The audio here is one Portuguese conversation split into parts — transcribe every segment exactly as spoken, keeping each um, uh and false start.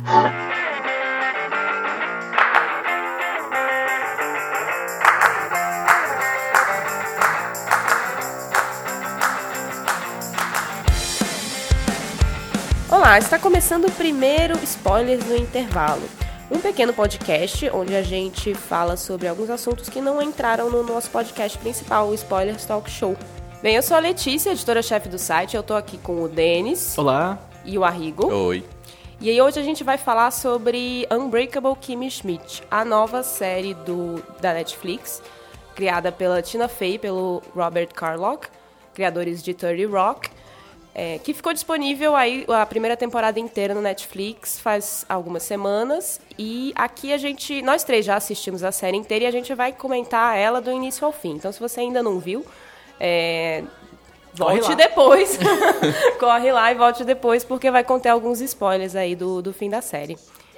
Olá, está começando o primeiro Spoilers no Intervalo, um pequeno podcast onde a gente fala sobre alguns assuntos que não entraram no nosso podcast principal, o Spoilers Talk Show. Bem, eu sou a Letícia, editora-chefe do site, eu tô aqui com o Denis. Olá. E o Arrigo. Oi. E aí hoje a gente vai falar sobre Unbreakable Kimmy Schmidt, a nova série do, da Netflix, criada pela Tina Fey e pelo Robert Carlock, criadores de thirty Rock, é, que ficou disponível aí a primeira temporada inteira no Netflix faz algumas semanas. E aqui a gente, nós três já assistimos a série inteira e a gente vai comentar ela do início ao fim. Então se você ainda não viu, é, volte depois. Corre lá e volte depois, porque vai conter alguns spoilers aí do, do fim da série.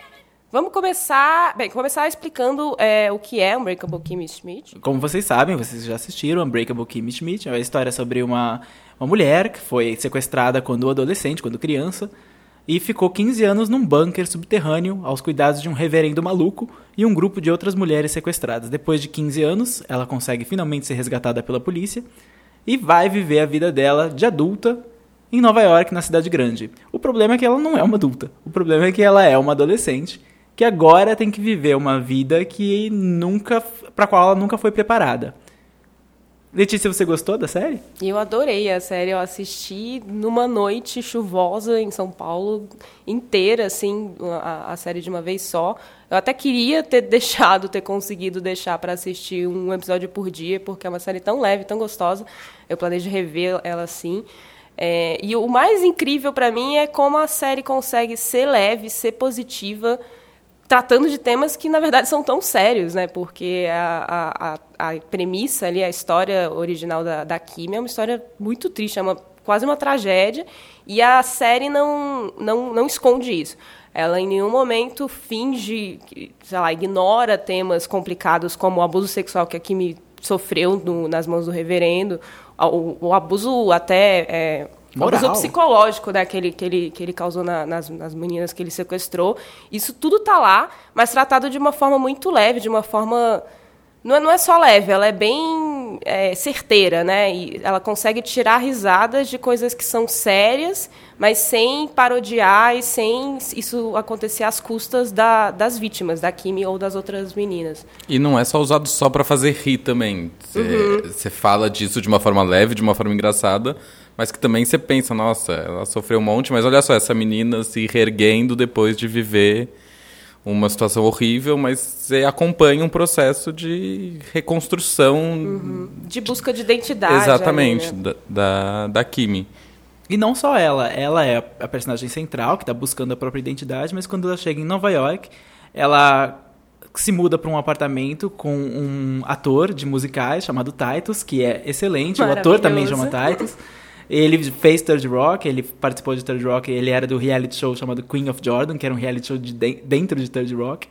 Vamos começar, bem, começar explicando é, o que é Unbreakable Kimmy Schmidt. Como vocês sabem, vocês já assistiram Unbreakable Kimmy Schmidt, é uma história sobre uma, uma mulher que foi sequestrada quando adolescente, quando criança, e ficou quinze anos num bunker subterrâneo aos cuidados de um reverendo maluco e um grupo de outras mulheres sequestradas. Depois de quinze anos, ela consegue finalmente ser resgatada pela polícia e vai viver a vida dela de adulta em Nova York, na cidade grande. O problema é que ela não é uma adulta. O problema é que ela é uma adolescente que agora tem que viver uma vida que nunca, para a qual ela nunca foi preparada. Letícia, você gostou da série? Eu adorei a série, eu assisti numa noite chuvosa em São Paulo, inteira, assim, a, a série de uma vez só. Eu até queria ter deixado, ter conseguido deixar para assistir um episódio por dia, porque é uma série tão leve, tão gostosa. Eu planejo rever ela assim. É, e o mais incrível para mim é como a série consegue ser leve, ser positiva, tratando de temas que, na verdade, são tão sérios, né? Porque a, a, a premissa ali, a história original da, da Kimmy é uma história muito triste, é uma, quase uma tragédia, e a série não, não, não esconde isso. Ela, em nenhum momento, finge, sei lá, ignora temas complicados como o abuso sexual que a Kimmy sofreu no, nas mãos do reverendo, o, o abuso até... É, o abuso psicológico, né, que ele, que ele, que ele causou na, nas, nas meninas que ele sequestrou. Isso tudo tá lá, mas tratado de uma forma muito leve, de uma forma... Não é, não é só leve, ela é bem é, certeira, né? E ela consegue tirar risadas de coisas que são sérias, mas sem parodiar e sem isso acontecer às custas da, das vítimas, da Kimmy ou das outras meninas. E não é só usado só pra fazer rir também. Você uhum. fala disso de uma forma leve, de uma forma engraçada, mas que também você pensa, nossa, ela sofreu um monte, mas olha só, essa menina se reerguendo depois de viver uma situação horrível, mas você acompanha um processo de reconstrução. Uhum. De busca de identidade. Exatamente, ali, né? da, da, da Kimmy. E não só ela, ela é a personagem central, que está buscando a própria identidade, mas quando ela chega em Nova York, ela se muda para um apartamento com um ator de musicais chamado Titus, que é excelente, o ator também chama Titus. Ele fez thirty Rock, ele participou de thirty Rock, ele era do reality show chamado Queen of Jordan, que era um reality show de de- dentro de thirty Rock.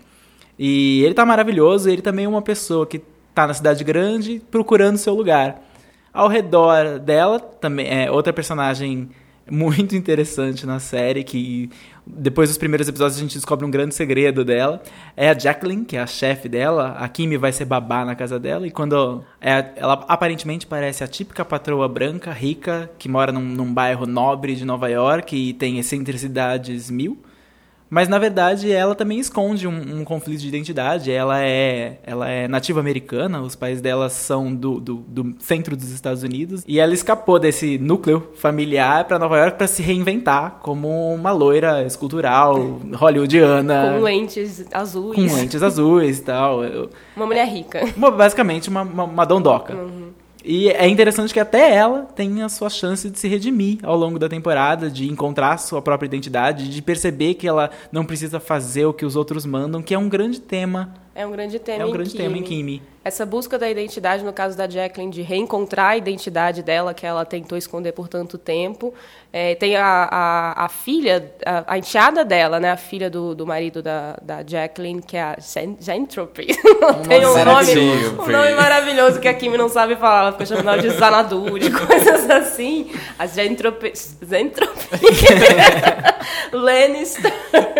E ele tá maravilhoso, ele também é uma pessoa que tá na cidade grande procurando seu lugar. Ao redor dela, também é outra personagem muito interessante na série, que depois dos primeiros episódios a gente descobre um grande segredo dela. É a Jacqueline, que é a chefe dela. A Kimmy vai ser babá na casa dela. E quando é, ela aparentemente parece a típica patroa branca, rica, que mora num, num bairro nobre de Nova York e tem excentricidades mil. Mas, na verdade, ela também esconde um, um conflito de identidade. Ela é, ela é nativa americana, os pais dela são do, do, do centro dos Estados Unidos. E ela escapou desse núcleo familiar para Nova York para se reinventar como uma loira escultural, hollywoodiana. Com lentes azuis. Com lentes azuis e tal. Uma mulher rica. Uma, basicamente, uma, uma, uma dondoca. Uhum. E é interessante que até ela tem a sua chance de se redimir ao longo da temporada, de encontrar a sua própria identidade, de perceber que ela não precisa fazer o que os outros mandam, que é um grande tema. É um grande tema, é um em, grande Kimmy. tema em Kimmy. Essa busca da identidade, no caso da Jacqueline, de reencontrar a identidade dela, que ela tentou esconder por tanto tempo. É, tem a, a, a filha, a, a enteada dela, né? A filha do, do marido da, da Jacqueline, que é a Gentropy. Tem um nome, um nome maravilhoso que a Kimmy não sabe falar. Ela fica chamando ela de Xanadu, de coisas assim. A Gentropy... Gentropy... Lannister...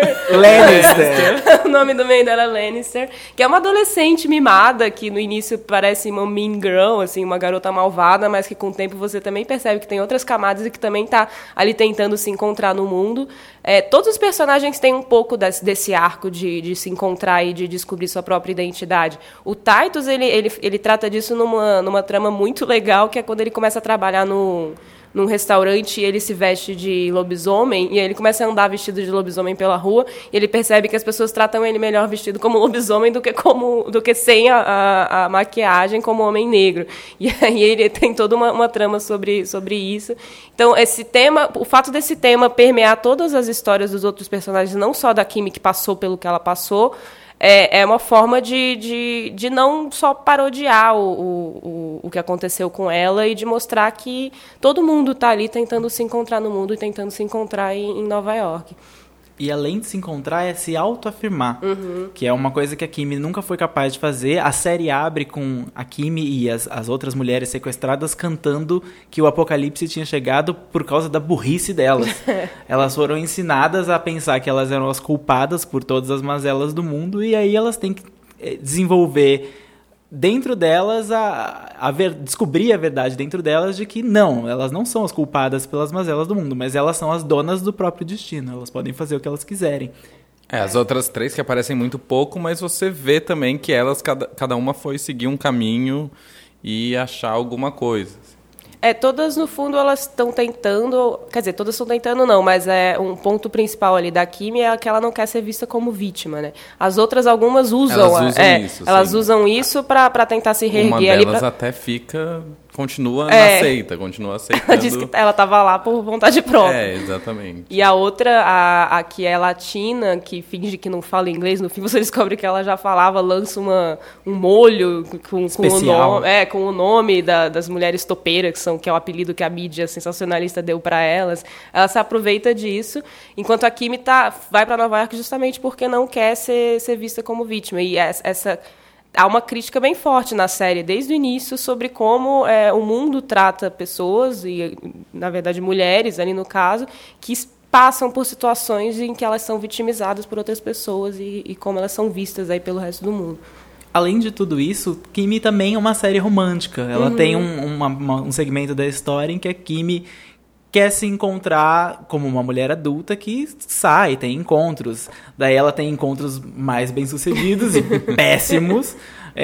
Lannister. O nome do meio dela é Lannister, que é uma adolescente mimada, que no início parece uma mean girl, assim, uma garota malvada, mas que com o tempo você também percebe que tem outras camadas e que também está ali tentando se encontrar no mundo. É, todos os personagens têm um pouco desse, desse arco de, de se encontrar e de descobrir sua própria identidade. O Titus, ele, ele, ele trata disso numa, numa trama muito legal, que é quando ele começa a trabalhar no... num restaurante e ele se veste de lobisomem e aí ele começa a andar vestido de lobisomem pela rua e ele percebe que as pessoas tratam ele melhor vestido como lobisomem do que, como, do que sem a, a, a maquiagem como homem negro. E aí ele tem toda uma, uma trama sobre, sobre isso. Então, esse tema, o fato desse tema permear todas as histórias dos outros personagens, não só da Kimi que passou pelo que ela passou, É, é uma forma de, de, de não só parodiar o, o, o que aconteceu com ela e de mostrar que todo mundo está ali tentando se encontrar no mundo e tentando se encontrar em, em Nova York. E além de se encontrar, é se autoafirmar. Uhum. Que é uma coisa que a Kimi nunca foi capaz de fazer. A série abre com a Kimi e as, as outras mulheres sequestradas cantando que o apocalipse tinha chegado por causa da burrice delas. Elas foram ensinadas a pensar que elas eram as culpadas por todas as mazelas do mundo. E aí elas têm que desenvolver dentro delas, a, a ver, descobrir a verdade dentro delas de que não, elas não são as culpadas pelas mazelas do mundo, mas elas são as donas do próprio destino. Elas podem fazer o que elas quiserem. É, as outras três que aparecem muito pouco, mas você vê também que elas, cada, cada uma foi seguir um caminho e achar alguma coisa. É, todas, no fundo, elas estão tentando... Quer dizer, todas estão tentando, não, mas é um ponto principal ali da Kimi é que ela não quer ser vista como vítima, né? As outras, algumas usam... Elas usam é, isso, Elas sim. usam isso para tentar se reerguer. Uma ali delas pra... até fica... Continua É. na seita, continua aceitando... Ela disse que ela estava lá por vontade própria. É, exatamente. E a outra, a, a que é latina, que finge que não fala inglês, no fim você descobre que ela já falava, lança uma, um molho com, com, o, nome, é, com o nome da, das mulheres topeiras, que, são, que é o apelido que a mídia sensacionalista deu para elas. Ela se aproveita disso, enquanto a Kimi tá, vai para Nova York justamente porque não quer ser, ser vista como vítima. E essa... essa há uma crítica bem forte na série, desde o início, sobre como é, o mundo trata pessoas, e na verdade mulheres, ali no caso, que passam por situações em que elas são vitimizadas por outras pessoas e, e como elas são vistas aí pelo resto do mundo. Além de tudo isso, Kimi também é uma série romântica. Ela uhum. tem um, uma, uma, um segmento da história em que a Kimi quer se encontrar como uma mulher adulta que sai, tem encontros. Daí ela tem encontros mais bem-sucedidos e péssimos.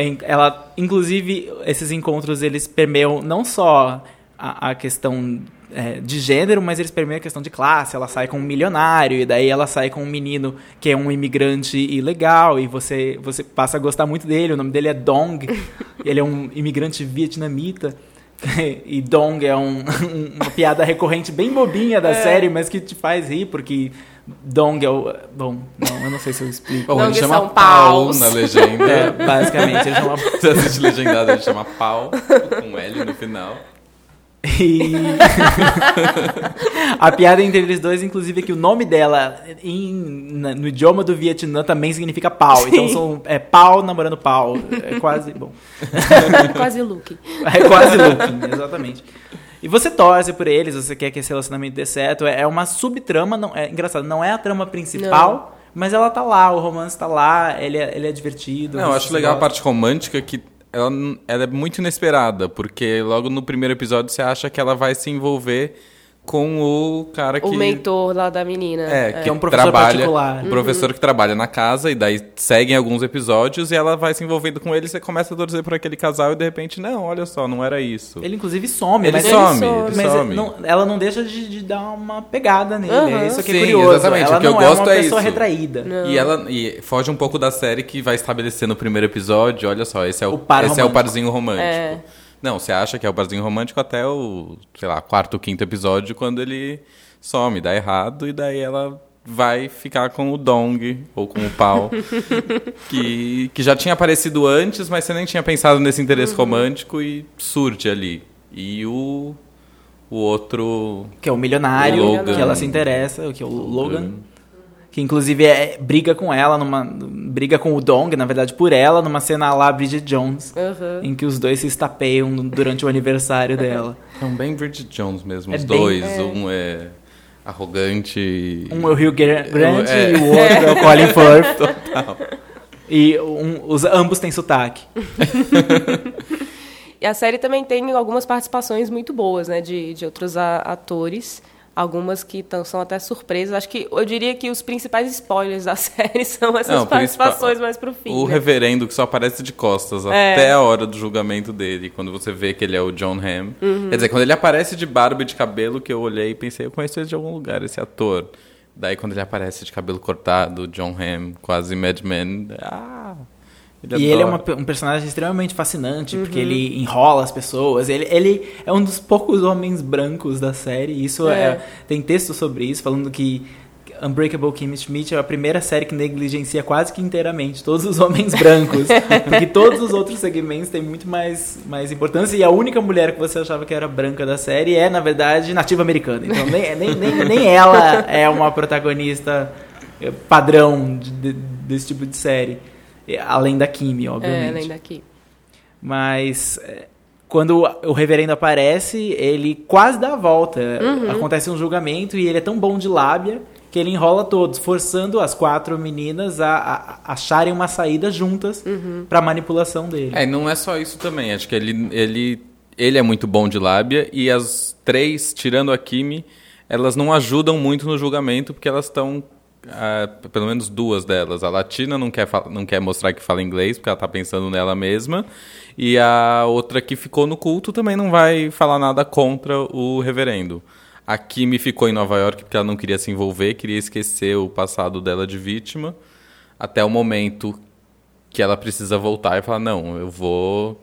Ela, inclusive, esses encontros, eles permeiam não só a, a questão é, de gênero, mas eles permeiam a questão de classe. Ela sai com um milionário, e daí ela sai com um menino que é um imigrante ilegal, e você, você passa a gostar muito dele. O nome dele é Dong, ele é um imigrante vietnamita. E Dong é um, uma piada recorrente bem bobinha da é. série, mas que te faz rir, porque Dong é o... Bom, não, eu não sei se eu explico. Bom, Dong ele chama são pau paus. Na legenda. É, basicamente, ele chama... Se assiste legendado, ele chama pau, com L no final. E... a piada entre eles dois, inclusive, é que o nome dela em, na, no idioma do Vietnã também significa pau. Sim. Então são, é pau namorando pau. É quase, bom. Quase Luke. É quase Luke, exatamente. E você torce por eles, você quer que esse relacionamento dê certo. É uma subtrama, não, é engraçado, não é a trama principal, não. Mas ela tá lá, o romance tá lá, ele é, ele é divertido. Não, eu acho legal gosta. A parte romântica que Ela, ela é muito inesperada, porque logo no primeiro episódio você acha que ela vai se envolver com o cara que... O mentor lá da menina. É, que que é um professor trabalha, particular. Um professor uhum. que trabalha na casa, e daí seguem alguns episódios, e ela vai se envolvendo com ele, você começa a torcer por aquele casal, e de repente, não, olha só, não era isso. Ele inclusive some. Ele mas some, ele ele mas some. Não, ela não deixa de, de dar uma pegada nele, uhum. é isso que é Sim, curioso. Exatamente. Ela o que não eu gosto é uma é pessoa isso. retraída. Não. E ela e foge um pouco da série que vai estabelecer no primeiro episódio, olha só, esse é o, o par esse romântico. é o parzinho romântico. É. Não, você acha que é o parzinho romântico até o, sei lá, quarto, quinto episódio, quando ele some, dá errado, e daí ela vai ficar com o Dong, ou com o Pau, que, que já tinha aparecido antes, mas você nem tinha pensado nesse interesse uhum. romântico, e surge ali. E o, o outro... Que é o milionário, o Logan, que ela se interessa, que é o Logan. Logan. Que inclusive é, briga com ela, numa, briga com o Dong, na verdade, por ela, numa cena lá Bridget Jones, uhum. em que os dois se estapeiam durante o aniversário dela. São bem Bridget Jones mesmo, é os bem, dois. É... Um é arrogante. Um é o Hugh Grant é. e o outro é o Colin Firth. Total. E um, os, ambos têm sotaque. E a série também tem algumas participações muito boas, né, de, de outros a, atores. Algumas que tão, são até surpresas. Acho que eu diria que os principais spoilers da série são essas Não, participações mais pro fim. O né? reverendo que só aparece de costas é. até a hora do julgamento dele, quando você vê que ele é o John Hamm. Uhum. Quer dizer, quando ele aparece de barba e de cabelo, que eu olhei e pensei, eu conheço ele de algum lugar, esse ator. Daí quando ele aparece de cabelo cortado, John Hamm, quase Mad Men, ah... Ele e ele é uma, um personagem extremamente fascinante, uhum. porque ele enrola as pessoas. Ele, ele é um dos poucos homens brancos da série. Isso é. É, tem texto sobre isso, falando que Unbreakable Kimmy Schmidt é a primeira série que negligencia quase que inteiramente todos os homens brancos. Porque todos os outros segmentos têm muito mais, mais importância. E a única mulher que você achava que era branca da série é, na verdade, nativa americana. Então nem, nem, nem, nem ela é uma protagonista padrão de, de, desse tipo de série. Além da Kimmy, obviamente. É, além da Kimmy. Mas quando o reverendo aparece, ele quase dá a volta. Uhum. Acontece um julgamento e ele é tão bom de lábia que ele enrola todos, forçando as quatro meninas a, a acharem uma saída juntas uhum. para manipulação dele. É, não é só isso também. Acho que ele, ele, ele é muito bom de lábia e as três, tirando a Kimmy, elas não ajudam muito no julgamento porque elas estão... Uh, pelo menos duas delas. A Latina não quer, não quer mostrar que fala inglês, porque ela está pensando nela mesma. E a outra que ficou no culto também não vai falar nada contra o reverendo. A Kimmy ficou em Nova York porque ela não queria se envolver, queria esquecer o passado dela de vítima, até o momento que ela precisa voltar e falar, não, eu vou...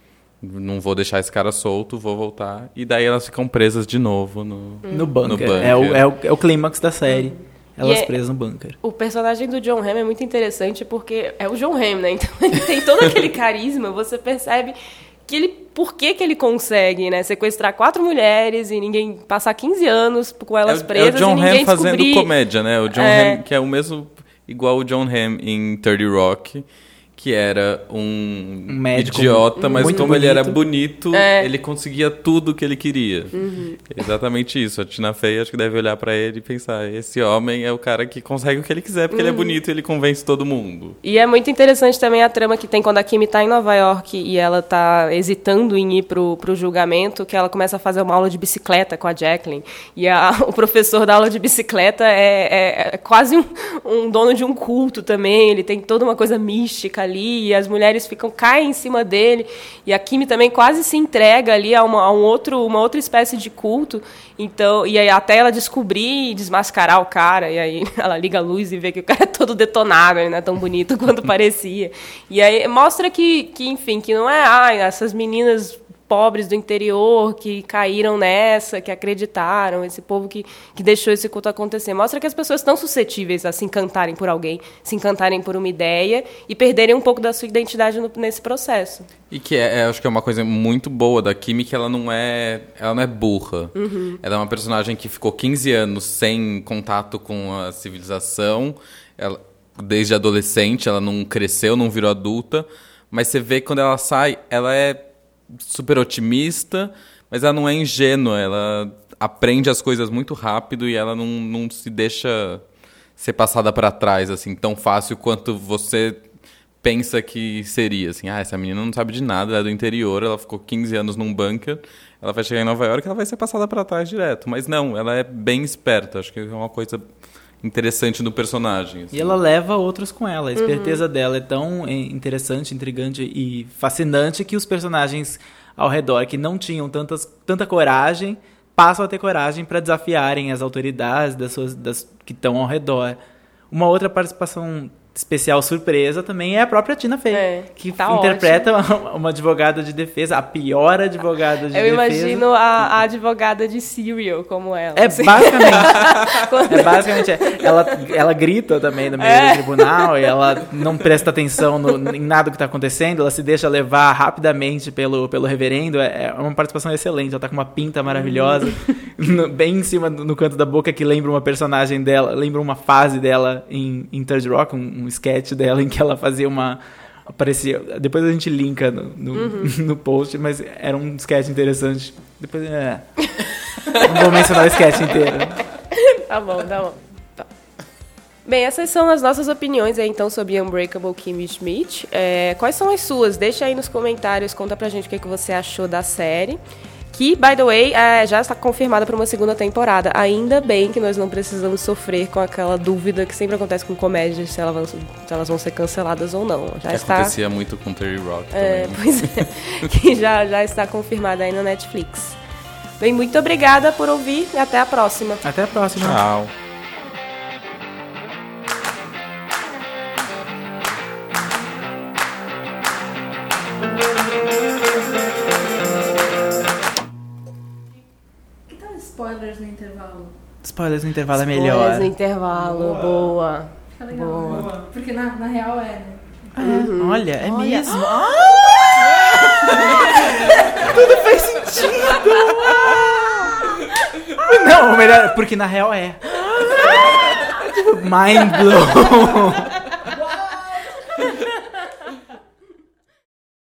não vou deixar esse cara solto, vou voltar. E daí elas ficam presas de novo no, no bunker. No bunker. É, o, é, o, é o clímax da série. Elas é, presas no bunker. O personagem do John Hamm é muito interessante porque é o John Hamm, né? Então ele tem todo aquele carisma, você percebe que ele, por que que ele consegue, né? Sequestrar quatro mulheres e ninguém passar quinze anos com elas é, presas é o John e ninguém Hamm fazendo descobrir... comédia, né? O John é... Hamm, que é o mesmo, igual o John Hamm em thirty Rock, que era um, um médico idiota, mas como bonito. ele era bonito, é. ele conseguia tudo que ele queria. Uhum. Exatamente isso. A Tina Fey acho que deve olhar pra ele e pensar, esse homem é o cara que consegue o que ele quiser, porque uhum. ele é bonito e ele convence todo mundo. E é muito interessante também a trama que tem quando a Kimmy tá em Nova York e ela tá hesitando em ir pro, pro julgamento, que ela começa a fazer uma aula de bicicleta com a Jacqueline. E a, o professor da aula de bicicleta é, é, é quase um, um dono de um culto também, ele tem toda uma coisa mística ali, e as mulheres ficam, caem em cima dele, e a Kimmy também quase se entrega ali a, uma, a um outro, uma outra espécie de culto, então, e aí até ela descobrir e desmascarar o cara, e aí ela liga a luz e vê que o cara é todo detonado, ele não é tão bonito quanto parecia, e aí mostra que, que enfim, que não é, ah, essas meninas pobres do interior que caíram nessa, que acreditaram, esse povo que, que deixou esse culto acontecer. Mostra que as pessoas estão suscetíveis a se encantarem por alguém, se encantarem por uma ideia e perderem um pouco da sua identidade no, nesse processo. E que é, é, acho que é uma coisa muito boa da Kimmy, que ela não é, ela não é burra. Uhum. Ela é uma personagem que ficou quinze anos sem contato com a civilização, ela, desde adolescente, ela não cresceu, não virou adulta, mas você vê que quando ela sai, ela é super otimista, mas ela não é ingênua, ela aprende as coisas muito rápido e ela não, não se deixa ser passada para trás assim tão fácil quanto você pensa que seria. Assim, ah, essa menina não sabe de nada, ela é do interior, ela ficou quinze anos num bunker, ela vai chegar em Nova York e ela vai ser passada para trás direto. Mas não, ela é bem esperta, acho que é uma coisa interessante no personagem. Assim. E ela leva outros com ela. A esperteza uhum. dela é tão interessante, intrigante e fascinante que os personagens ao redor que não tinham tantas, tanta coragem passam a ter coragem para desafiarem as autoridades das suas, das, que estão ao redor. Uma outra participação especial surpresa também é a própria Tina Fey, é, que tá interpreta uma, uma advogada de defesa, a pior advogada de Eu defesa. Eu imagino a, a advogada de Serial como ela. É assim. basicamente, Quando... é basicamente ela, ela grita também no meio é. do tribunal e ela não presta atenção no, em nada que está acontecendo, ela se deixa levar rapidamente pelo, pelo reverendo, é, é uma participação excelente, ela está com uma pinta maravilhosa, no, bem em cima no, no canto da boca que lembra uma personagem dela, lembra uma fase dela em, em Third Rock, um, um sketch dela em que ela fazia uma... Aparecia, depois a gente linka no, no, uhum. no post, mas era um sketch interessante. Depois, é, não vou mencionar o sketch inteiro. Tá bom, tá bom. Tá. Bem, essas são as nossas opiniões aí, então, sobre Unbreakable Kimmy Schmidt. É, quais são as suas? Deixa aí nos comentários, conta pra gente o que, que você achou da série. Que, by the way, é, já está confirmada para uma segunda temporada. Ainda bem que nós não precisamos sofrer com aquela dúvida que sempre acontece com comédias, se elas, se elas vão ser canceladas ou não. Já que está... acontecia muito com Terry Rock é, também. Pois é, que já, já está confirmada aí na Netflix. Bem, muito obrigada por ouvir e até a próxima. Até a próxima. Tchau. Spoilers no intervalo. Spoilers no intervalo é melhor. Spoilers no intervalo, boa. boa. Fica legal. Boa. Porque na, na real é, né? Ah, Uhum. Olha, é Olha. mesmo. Ah! Tudo faz sentido. Não, o melhor, porque na real é. Mind blown.